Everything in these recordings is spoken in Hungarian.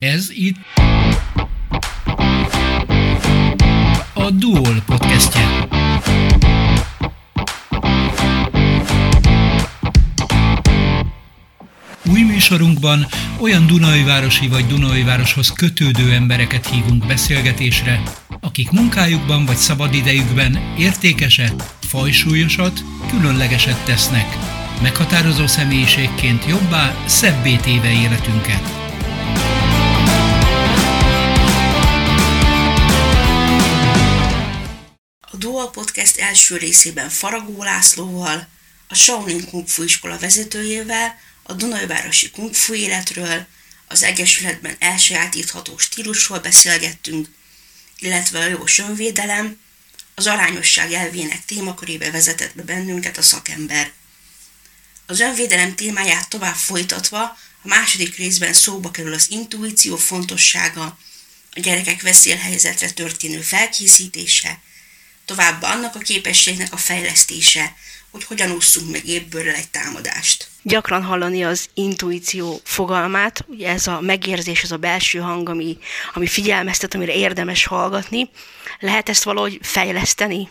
Ez itt a Duol podcastje. Új műsorunkban olyan Dunaújvárosi vagy Dunaújvároshoz kötődő embereket hívunk beszélgetésre, akik munkájukban vagy szabadidejükben értékeset, fajsúlyosat, különlegeset tesznek, meghatározó személyiségként jobbá, szebbé téve életünket. A Duol Podcast első részében Faragó Lászlóval, a Shaolin Kung Fu iskola vezetőjével, a Dunaújvárosi Kung Fu életről, az Egyesületben elsajátítható stílusról beszélgettünk, illetve a jogos önvédelem, az arányosság elvének témakörébe vezetett be bennünket a szakember. Az önvédelem témáját tovább folytatva a második részben szóba kerül az intuíció fontossága, a gyerekek veszélyhelyzetre történő felkészítése, továbbá annak a képességnek a fejlesztése, hogy hogyan ússzunk meg ébbőrrel egy támadást. Gyakran hallani az intuíció fogalmát, ugye ez a megérzés, ez a belső hang, ami figyelmeztet, amire érdemes hallgatni. Lehet ezt valahogy fejleszteni?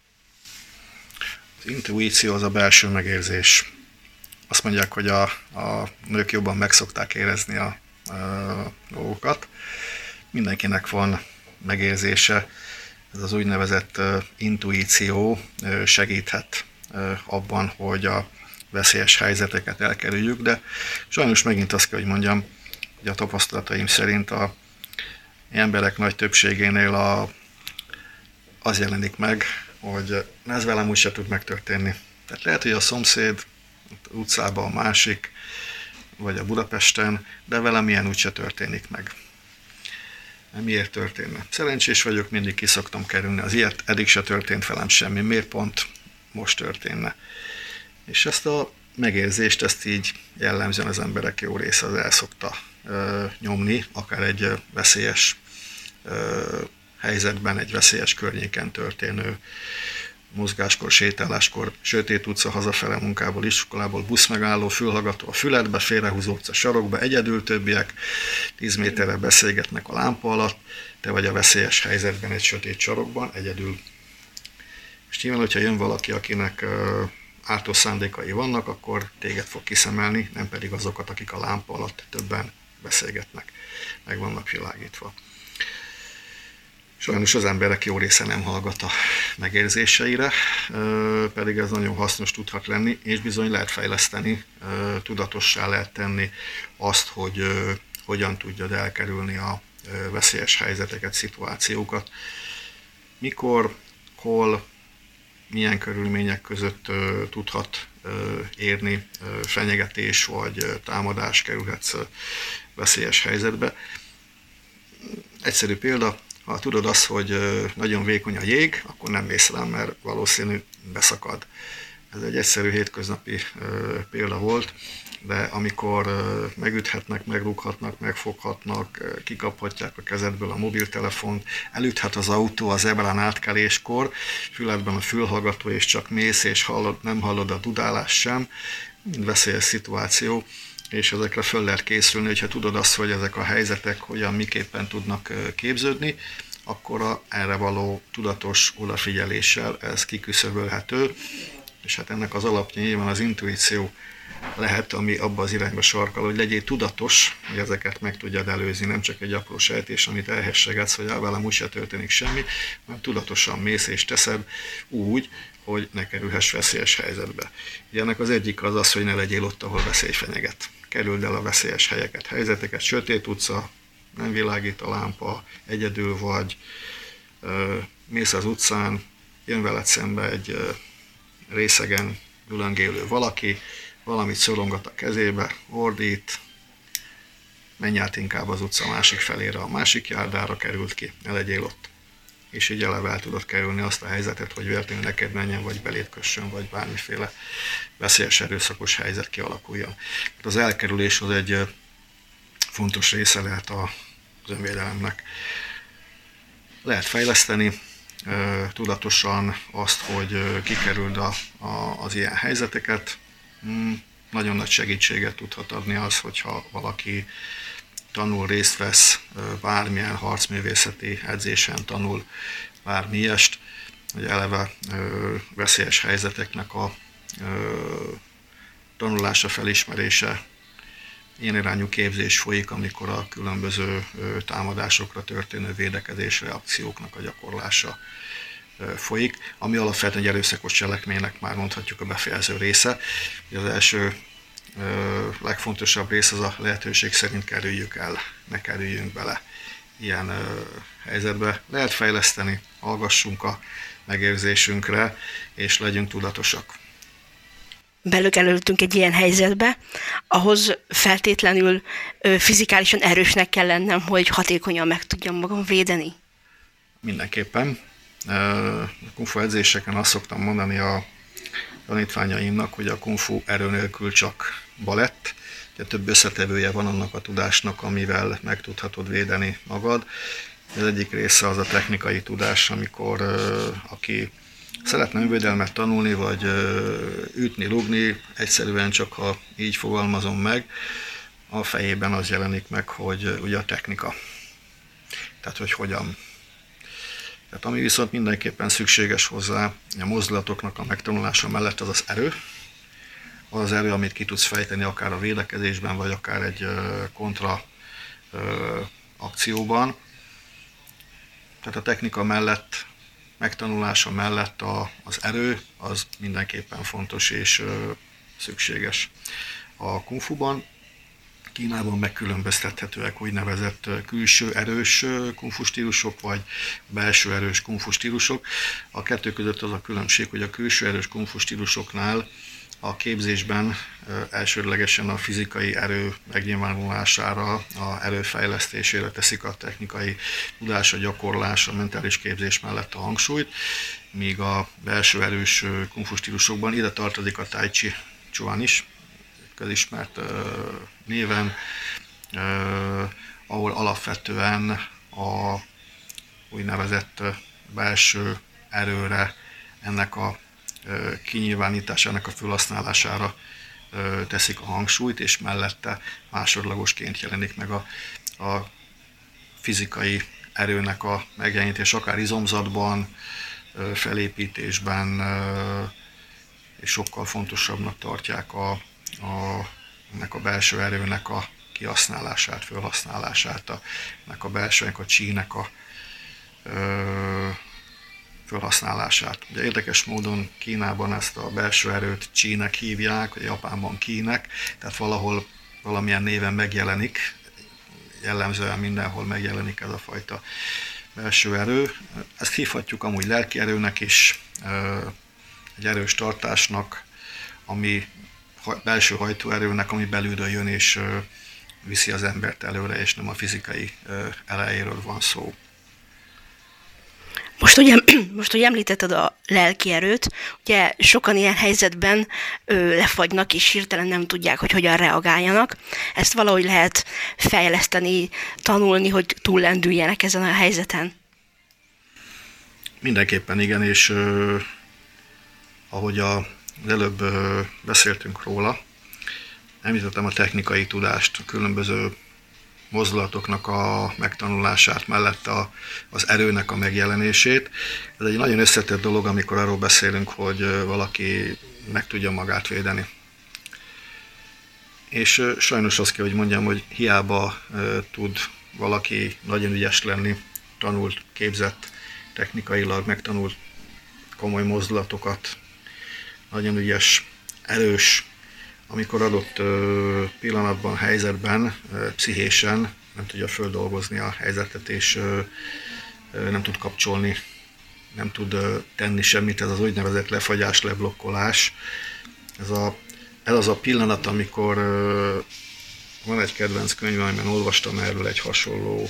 Az intuíció az a belső megérzés. Azt mondják, hogy a nők jobban meg szokták érezni a dolgokat. Mindenkinek van megérzése. Ez az úgynevezett intuíció segíthet abban, hogy a veszélyes helyzeteket elkerüljük, de sajnos megint azt kell, hogy mondjam, hogy a tapasztalataim szerint az emberek nagy többségénél az jelenik meg, hogy ez velem úgyse tud megtörténni. Tehát lehet, hogy a szomszéd utcában a másik, vagy a Budapesten, de velem ilyen úgyse történik meg. Miért történne? Szerencsés vagyok, mindig ki szoktam kerülni. Az ilyet eddig se történt velem semmi. Miért pont most történne? És ezt a megérzést, ezt így jellemzően az emberek jó része az el szokta nyomni, akár egy veszélyes helyzetben, egy veszélyes környéken történő mozgáskor, sétáláskor, sötét utca, hazafele munkából, iskolából, buszmegálló, fülhallgató a füledbe, félrehúzódsz a sarokba, egyedül többiek 10 méterre beszélgetnek a lámpa alatt, te vagy a veszélyes helyzetben egy sötét sarokban, egyedül. És nyilván, hogyha jön valaki, akinek ártó szándékai vannak, akkor téged fog kiszemelni, nem pedig azokat, akik a lámpa alatt többen beszélgetnek, meg vannak világítva. Sajnos az emberek jó része nem hallgat a megérzéseire, pedig ez nagyon hasznos tudhat lenni, és bizony lehet fejleszteni, tudatossá lehet tenni azt, hogy hogyan tudjad elkerülni a veszélyes helyzeteket, szituációkat. Mikor, hol, milyen körülmények között tudhat érni fenyegetés vagy támadás, kerülhetsz veszélyes helyzetbe. Egyszerű példa, ha tudod azt, hogy nagyon vékony a jég, akkor nem mész rá, mert valószínű beszakad. Ez egy egyszerű hétköznapi példa volt, de amikor megüthetnek, megrúghatnak, megfoghatnak, kikaphatják a kezedből a mobiltelefont, elüthet az autó a zebrán átkeléskor, füledben a fülhallgató, és csak mész, és nem hallod a dudálást sem, mind veszélyes szituáció, és ezekre föl lehet készülni, hogyha tudod azt, hogy ezek a helyzetek hogyan, miképpen tudnak képződni, akkor erre való tudatos odafigyeléssel ez kiküszöbölhető, és hát ennek az alapja nyilván az intuíció lehet, ami abba az irányba sarkal, hogy legyél tudatos, hogy ezeket meg tudjad előzni, nem csak egy apró sejtés, amit elhessegetsz, hogy velem úgyse történik semmi, hanem tudatosan mész és teszed úgy, hogy ne kerülhess veszélyes helyzetbe. Ugye ennek az egyik az, hogy ne legyél ott, ahol veszély fenyeget. Kerüld el a veszélyes helyeket, helyzeteket, sötét utca, nem világít a lámpa, egyedül vagy, mész az utcán, jön veled szembe egy részegen dülöngélő valaki, valamit szorongat a kezébe, ordít, menj át inkább az utca másik felére, a másik járdára, került ki, ne legyél ott. És így eleve el tudod kerülni azt a helyzetet, hogy véletlenül neked menjen, vagy beléd kössön, vagy bármiféle veszélyes, erőszakos helyzet kialakuljon. Az elkerülés az egy fontos része lehet az önvédelemnek. Lehet fejleszteni tudatosan azt, hogy kikerüld az ilyen helyzeteket. Nagyon nagy segítséget tudhat adni az, hogyha valaki tanul, részt vesz bármilyen harcművészeti edzésen, tanul bármi ilyest, hogy eleve veszélyes helyzeteknek a tanulása, felismerése, ilyen irányú képzés folyik, amikor a különböző támadásokra történő védekezés reakcióknak a gyakorlása folyik, ami alapvetően egy erőszakos cselekménynek már mondhatjuk a befejező része. Az első legfontosabb rész az a lehetőség szerint kerüljük el, ne kerüljünk bele ilyen helyzetbe. Lehet fejleszteni, hallgassunk a megérzésünkre, és legyünk tudatosak. Belökelődtünk egy ilyen helyzetbe, ahhoz feltétlenül fizikálisan erősnek kell lennem, hogy hatékonyan meg tudjam magam védeni. Mindenképpen. Kung fu edzéseken azt szoktam mondani a tanítványaimnak, hogy a kung fu erő nélkül csak balett. Ugye több összetevője van annak a tudásnak, amivel meg tudhatod védeni magad. Az egyik része az a technikai tudás, amikor aki szeretne önvédelmet tanulni, vagy ütni, rúgni, egyszerűen csak ha így fogalmazom meg, a fejében az jelenik meg, hogy ugye a technika. Tehát, hogy hogyan. Tehát ami viszont mindenképpen szükséges hozzá, a mozdulatoknak a megtanulása mellett az az erő. Az az erő, amit ki tudsz fejteni akár a védekezésben, vagy akár egy kontra akcióban. Tehát a technika mellett, megtanulása mellett az erő az mindenképpen fontos és szükséges. A kung fuban, Kínában megkülönböztethetőek úgynevezett külső erős kung fu stílusok, vagy belső erős kung fu stílusok. A kettő között az a különbség, hogy a külső erős kung fu stílusoknál a képzésben elsődlegesen a fizikai erő megnyilvánulására, a erőfejlesztésére teszik a technikai tudás, a gyakorlás, a mentális képzés mellett a hangsúlyt, míg a belső erős kung fu stílusokban ide tartozik a Tai Chi Chuan is, közismert néven, ahol alapvetően a úgynevezett belső erőre, ennek a kinyilvánításának a felhasználására teszik a hangsúlyt, és mellette másodlagosként jelenik meg a fizikai erőnek a megjelenítés, akár izomzatban, felépítésben, és sokkal fontosabbnak tartják ennek a belső erőnek a kihasználását, felhasználását, ennek a belsőnek a chi-nek a felhasználását. Ugye érdekes módon Kínában ezt a belső erőt chi-nek hívják, vagy Japánban ki-nek, tehát valahol valamilyen néven megjelenik, jellemzően mindenhol megjelenik ez a fajta belső erő. Ezt hívhatjuk amúgy lelki erőnek is, egy erős tartásnak, ami belső hajtóerőnek, ami belülről jön és viszi az embert előre, és nem a fizikai erejéről van szó. Most, hogy említetted a lelki erőt, ugye sokan ilyen helyzetben lefagynak, és hirtelen nem tudják, hogy hogyan reagáljanak. Ezt valahogy lehet fejleszteni, tanulni, hogy túllendüljenek ezen a helyzeten. Mindenképpen igen, és ahogy az előbb beszéltünk róla, említettem a technikai tudást, a különböző mozdulatoknak a megtanulását, mellett az erőnek a megjelenését. Ez egy nagyon összetett dolog, amikor arról beszélünk, hogy valaki meg tudja magát védeni. És sajnos azt kell, hogy mondjam, hogy hiába tud valaki nagyon ügyes lenni, tanult, képzett, technikailag megtanult komoly mozdulatokat, nagyon ügyes, erős, amikor adott pillanatban, helyzetben, pszichésen nem tudja földolgozni a helyzetet, és nem tud kapcsolni, nem tud tenni semmit, ez az úgynevezett lefagyás, leblokkolás. Ez az a pillanat, amikor van egy kedvenc könyv, amiben olvastam erről egy hasonló,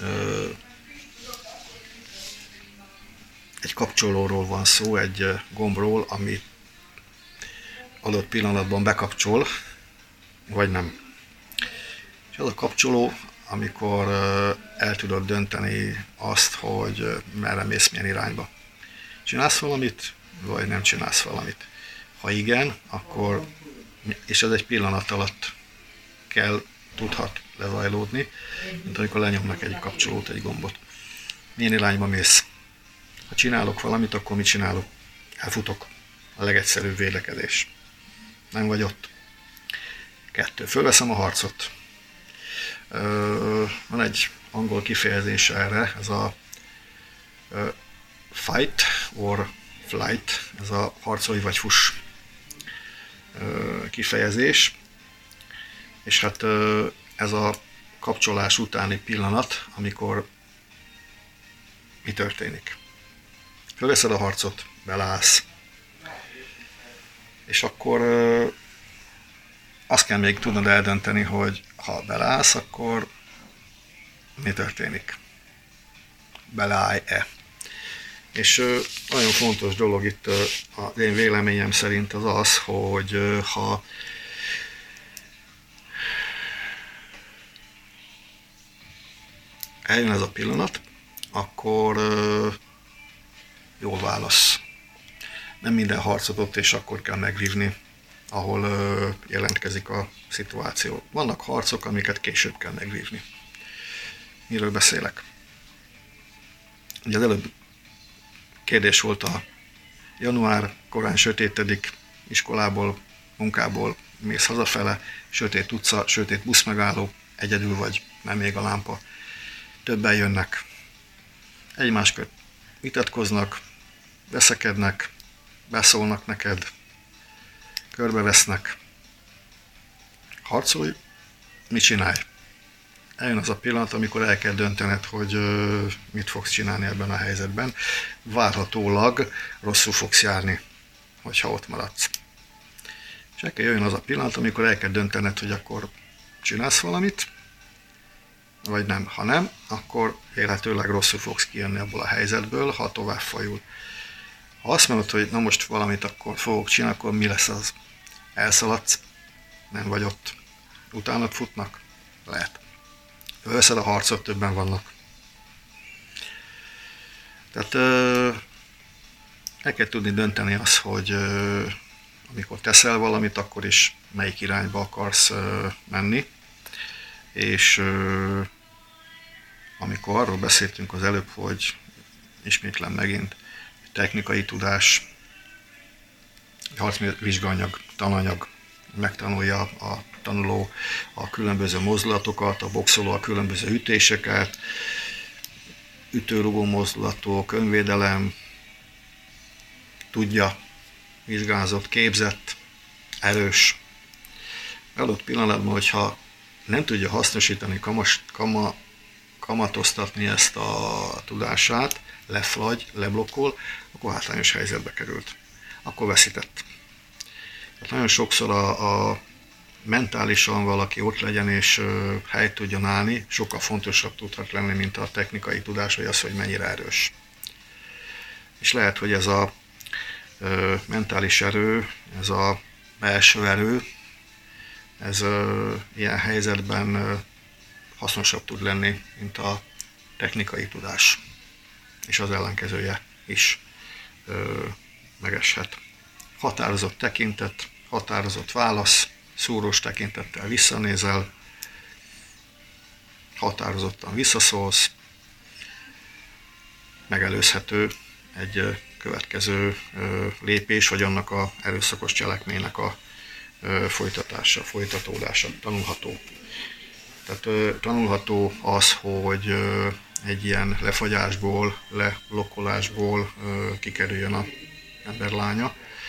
egy kapcsolóról van szó, egy gombról, amit adott pillanatban bekapcsol, vagy nem. És az a kapcsoló, amikor el tudod dönteni azt, hogy merre mész, milyen irányba. Csinálsz valamit, vagy nem csinálsz valamit. Ha igen, akkor, és ez egy pillanat alatt kell tudhat lezajlódni, mint amikor lenyomnak egy kapcsolót, egy gombot. Milyen irányba mész? Ha csinálok valamit, akkor mit csinálok? Elfutok. A legegyszerűbb védekezés. Nem vagy ott. 2. Fölveszem a harcot. Van egy angol kifejezés erre, ez a fight or flight, ez a harcolj vagy fuss kifejezés. És hát ez a kapcsolás utáni pillanat, amikor mi történik. Fölveszed a harcot, beleállsz. És akkor azt kell még tudnod eldönteni, hogy ha beleállsz, akkor mi történik? Beleállj-e? És nagyon fontos dolog itt az én véleményem szerint az, hogy ha eljön ez a pillanat, akkor jól válasz. Nem minden harcot ott és akkor kell megvívni, ahol jelentkezik a szituáció. Vannak harcok, amiket később kell megvívni. Miről beszélek? Ugye az előbb kérdés volt a január, korán sötétedik, iskolából, munkából mész hazafele, sötét utca, sötét buszmegálló, egyedül vagy, nem ég a lámpa. Többen jönnek, egymás közt vitatkoznak, veszekednek, beszólnak neked, körbevesznek. Harcolj, mit csinálj? Eljön az a pillanat, amikor el kell döntened, hogy mit fogsz csinálni ebben a helyzetben. Várhatólag rosszul fogsz járni, hogyha ott maradsz. És el kell jöjjön az a pillanat, amikor el kell döntened, hogy akkor csinálsz valamit, vagy nem. Ha nem, akkor élhetőleg rosszul fogsz kijönni abból a helyzetből, ha tovább fajul. Ha azt mondod, hogy na most valamit akkor fogok csinálni, akkor mi lesz az? Elszaladsz, nem vagy ott. Utánad futnak? Lehet. Veszed a harcot, többen vannak. Tehát el kell tudni dönteni azt, hogy amikor teszel valamit, akkor is melyik irányba akarsz menni. És amikor arról beszéltünk az előbb, hogy ismétlem megint, technikai tudás, harcvizsgaanyag, tananyag, megtanulja a tanuló a különböző mozdulatokat, a boxoló a különböző ütéseket, ütőrugó mozdulatok, önvédelem, tudja, vizsgázott, képzett, erős. Adott pillanatban, hogyha nem tudja hasznosítani, kamatoztatni ezt a tudását, leflagy, leblokkol, akkor hátrányos helyzetbe került. Akkor veszített. Tehát nagyon sokszor a mentálisan valaki ott legyen és helyt tudjon állni, sokkal fontosabb tudhat lenni, mint a technikai tudás, vagy az, hogy mennyire erős. És lehet, hogy ez a mentális erő, ez a belső erő, ez ilyen helyzetben hasznosabb tud lenni, mint a technikai tudás. És az ellenkezője is megeshet. Határozott tekintet, határozott válasz, szúrós tekintettel visszanézel, határozottan visszaszólsz, megelőzhető egy következő lépés, vagy annak a erőszakos cselekménynek a folytatása, folytatódása, tanulható. Tehát tanulható az, hogy egy ilyen lefagyásból, leblokkolásból kikerüljön az ember lánya.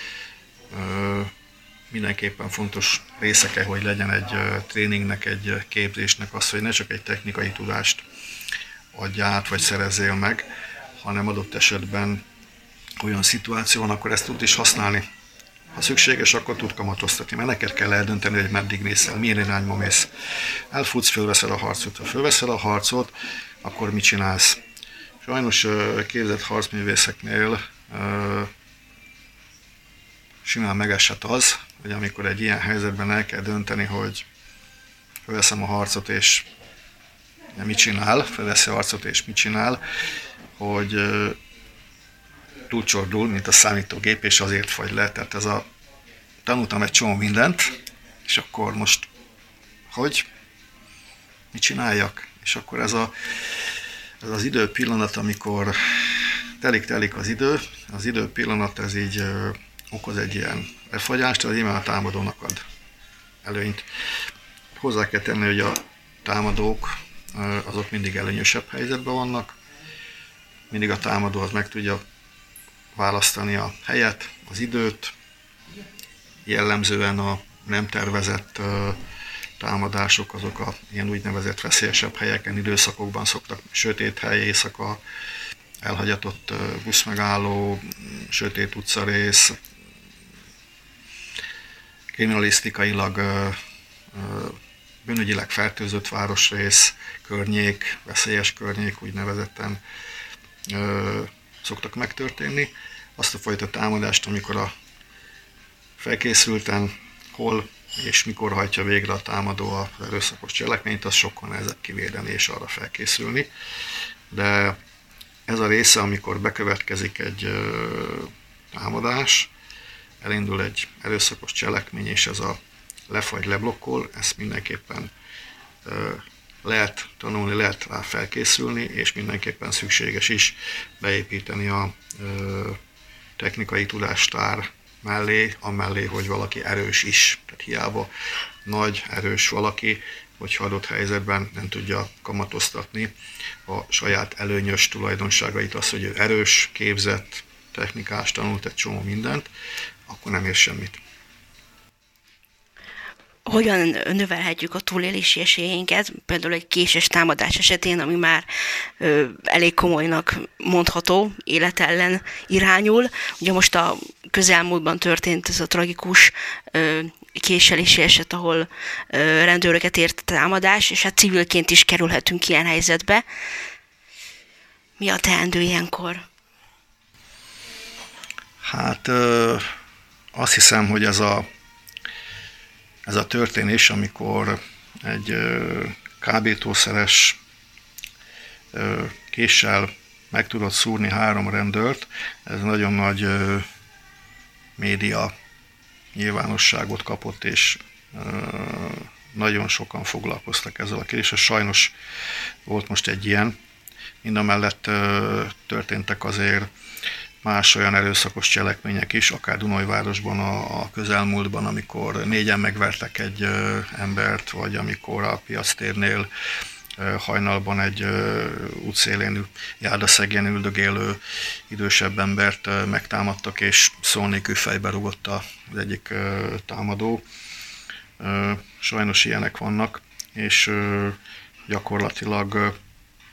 Mindenképpen fontos része kell, hogy legyen egy tréningnek, egy képzésnek az, hogy ne csak egy technikai tudást adj át, vagy szerezzél meg, hanem adott esetben olyan szituáció van, akkor ezt tud is használni. Ha szükséges, akkor tud kamatoztatni, mert neked kell eldönteni, hogy meddig mész el, milyen irányba mész. Elfutsz, fölveszed a harcot. Ha fölveszed a harcot, akkor mit csinálsz? Sajnos képzett harcművészeknél simán megesett az, hogy amikor egy ilyen helyzetben el kell dönteni, hogy fölveszem a harcot és mit csinál, fölveszi a harcot és mit csinál, hogy túlcsordul, mint a számítógép, és azért fagy le. Tehát tanultam egy csomó mindent, és akkor most hogy? mit csináljak? És akkor ez az idő pillanat, amikor telik az idő pillanat, ez így okoz egy ilyen befagyást, az nyilván a támadónak ad előnyt. Hozzá kell tenni, hogy a támadók azok mindig előnyösebb helyzetben vannak, mindig a támadó az meg tudja választani a helyet, az időt, jellemzően a nem tervezett támadások azok a ilyen úgynevezett veszélyesebb helyeken, időszakokban szoktak, sötét hely, éjszaka, elhagyatott buszmegálló, sötét utcarész, kriminalisztikailag bűnügyileg fertőzött városrész, környék, veszélyes környék úgynevezetten szoktak megtörténni. Azt a fajta támadást, amikor a felkészülten hol és mikor hajtja végre a támadó az erőszakos cselekményt, az sokkal nehezebb kivédeni és arra felkészülni. De ez a része, amikor bekövetkezik egy támadás, elindul egy erőszakos cselekmény, és ez a lefagy, leblokkol, ezt mindenképpen lehet tanulni, lehet rá felkészülni, és mindenképpen szükséges is beépíteni a technikai tudástár mellé, amellé, hogy valaki erős is. Tehát hiába nagy, erős valaki, hogyha adott helyzetben nem tudja kamatoztatni a saját előnyös tulajdonságait, az, hogy ő erős, képzett, technikás, tanult egy csomó mindent, akkor nem ér semmit. Hogyan növelhetjük a túlélési esélyeinket, például egy késes támadás esetén, ami már elég komolynak mondható, élet ellen irányul. Ugye most a közelmúltban történt ez a tragikus késelési eset, ahol rendőröket ért támadás, és hát civilként is kerülhetünk ilyen helyzetbe. Mi a teendő ilyenkor? Hát azt hiszem, hogy ez a történés, amikor egy kábítószeres késsel meg tudott szúrni 3 rendőrt, ez nagyon nagy média nyilvánosságot kapott, és nagyon sokan foglalkoztak ezzel a kérdéssel. Sajnos volt most egy ilyen. Mindamellett történtek azért más olyan erőszakos cselekmények is, akár Dunajvárosban a közelmúltban, amikor 4-en megvertek egy embert, vagy amikor a piactérnél hajnalban egy útszélén, járdaszegélyen üldögélő idősebb embert megtámadtak, és szó nélkül fejbe rúgott az egyik támadó. Sajnos ilyenek vannak, és gyakorlatilag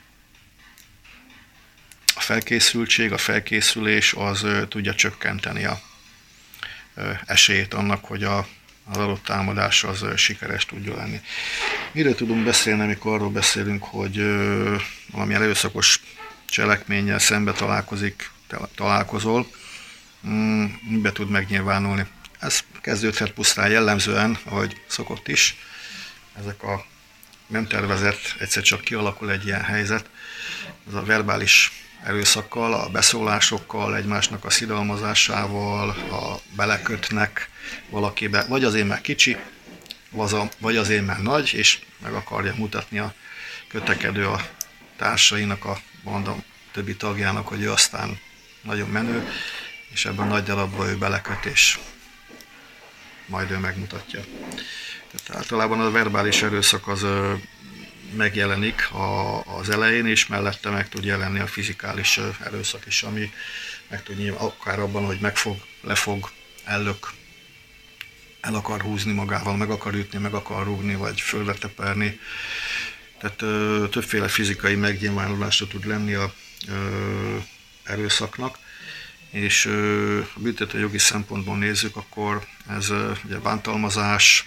a felkészültség, a felkészülés az tudja csökkenteni a esélyét annak, hogy az adott támadás az sikeres tudja lenni. Miről tudunk beszélni, amikor arról beszélünk, hogy valamilyen erőszakos cselekménnyel szembe találkozol, mibe tud megnyilvánulni. Ez kezdődhet pusztán jellemzően, ahogy szokott is. Ezek a nem tervezett, egyszer csak kialakul egy ilyen helyzet. Ez a verbális erőszakkal, a beszólásokkal, egymásnak a szidalmazásával, a belekötnek valakibe, vagy azért mert kicsi, vagy azért mert nagy, és meg akarja mutatni a kötekedő a társainak, a banda többi tagjának, hogy ő aztán nagyon menő, és ebben a nagy darabban ő beleköt, és majd ő megmutatja. Tehát általában a verbális erőszak az megjelenik az elején, és mellette meg tud jelenni a fizikális erőszak is, ami meg tud nyilván akár abban, hogy megfog, lefog, ellök, el akar húzni magával, meg akar ütni, meg akar rúgni, vagy földre teperni. Tehát többféle fizikai megnyilvánulása tud lenni a erőszaknak, és a büntetőjogi szempontból nézzük, akkor ez ugye bántalmazás,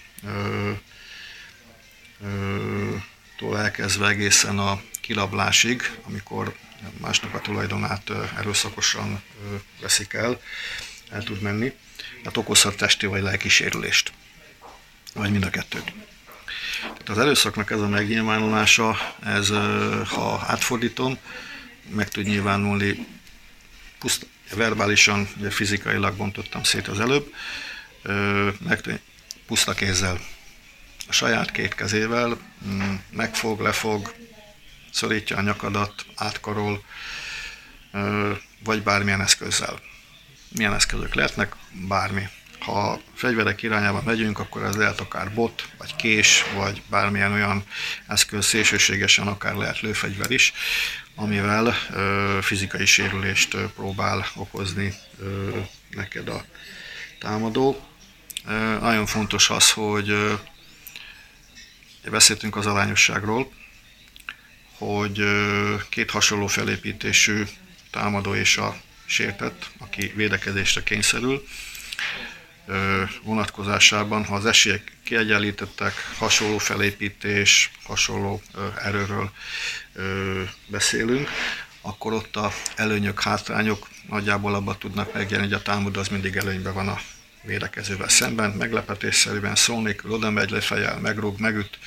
tól elkezdve egészen a kilablásig, amikor másnak a tulajdonát erőszakosan veszik el tud menni. Tehát okozhat testi vagy lelki sérülést, vagy mind a kettőt. Tehát az erőszaknak ez a megnyilvánulása, ez, ha átfordítom, meg tud nyilvánulni verbálisan, ugye fizikailag bontottam szét az előbb, puszta kézzel. a saját két kezével megfog, lefog, szorítja a nyakadat, átkarol, vagy bármilyen eszközzel. Milyen eszközök lehetnek? Bármi. Ha fegyverek irányába megyünk, akkor ez lehet akár bot, vagy kés, vagy bármilyen olyan eszköz, szélsőségesen akár lehet lőfegyver is, amivel fizikai sérülést próbál okozni neked a támadó. Nagyon fontos az, hogy beszéltünk az arányosságról, hogy két hasonló felépítésű támadó és a sértett, aki védekezésre kényszerül, vonatkozásában, ha az esélyek kiegyenlítettek, hasonló felépítés, hasonló erőről beszélünk, akkor ott a előnyök, hátrányok nagyjából abban tudnak megjelenni, hogy a támadó az mindig előnyben van a védekezővel szemben, meglepetésszerűen szó nélkül oda megy, lefejel, megrúg, megüt.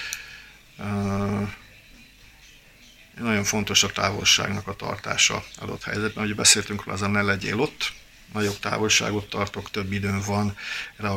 Nagyon fontos a távolságnak a tartása adott helyzetben, ahogy beszéltünk róla, az a ne legyél ott, nagyobb távolságot tartok, több időm van